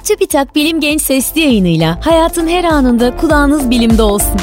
TÜBİTAK Bilim Genç Sesli yayınıyla hayatın her anında kulağınız bilimde olsun.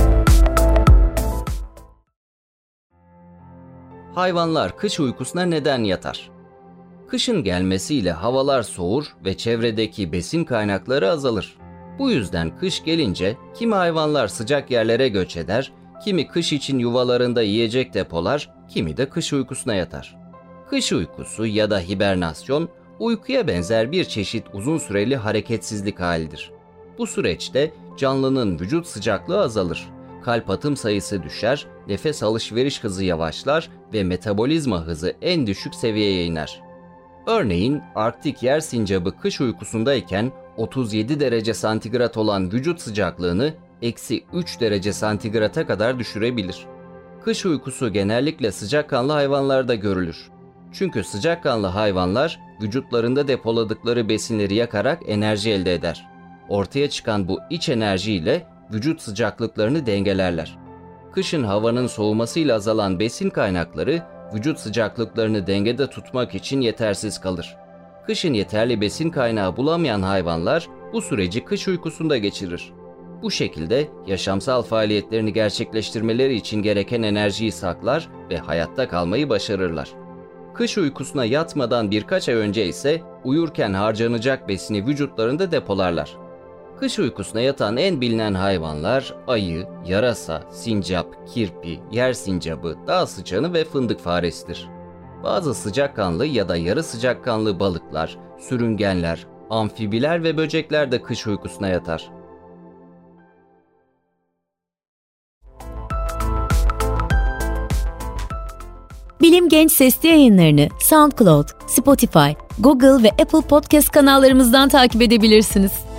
Hayvanlar kış uykusuna neden yatar? Kışın gelmesiyle havalar soğur ve çevredeki besin kaynakları azalır. Bu yüzden kış gelince kimi hayvanlar sıcak yerlere göç eder, kimi kış için yuvalarında yiyecek depolar, kimi de kış uykusuna yatar. Kış uykusu ya da hibernasyon, uykuya benzer bir çeşit uzun süreli hareketsizlik halidir. Bu süreçte canlının vücut sıcaklığı azalır, kalp atım sayısı düşer, nefes alışveriş hızı yavaşlar ve metabolizma hızı en düşük seviyeye iner. Örneğin Arktik yer sincabı kış uykusundayken 37 derece santigrat olan vücut sıcaklığını -3 derece santigrata kadar düşürebilir. Kış uykusu genellikle sıcakkanlı hayvanlarda görülür. Çünkü sıcakkanlı hayvanlar vücutlarında depoladıkları besinleri yakarak enerji elde eder. Ortaya çıkan bu iç enerjiyle vücut sıcaklıklarını dengelerler. Kışın havanın soğumasıyla azalan besin kaynakları vücut sıcaklıklarını dengede tutmak için yetersiz kalır. Kışın yeterli besin kaynağı bulamayan hayvanlar bu süreci kış uykusunda geçirir. Bu şekilde yaşamsal faaliyetlerini gerçekleştirmeleri için gereken enerjiyi saklar ve hayatta kalmayı başarırlar. Kış uykusuna yatmadan birkaç ay önce ise uyurken harcanacak besini vücutlarında depolarlar. Kış uykusuna yatan en bilinen hayvanlar ayı, yarasa, sincap, kirpi, yer sincabı, dağ sıçanı ve fındık faresidir. Bazı sıcakkanlı ya da yarı sıcakkanlı balıklar, sürüngenler, amfibiler ve böcekler de kış uykusuna yatar. Bilim Genç Sesli yayınlarını SoundCloud, Spotify, Google ve Apple Podcast kanallarımızdan takip edebilirsiniz.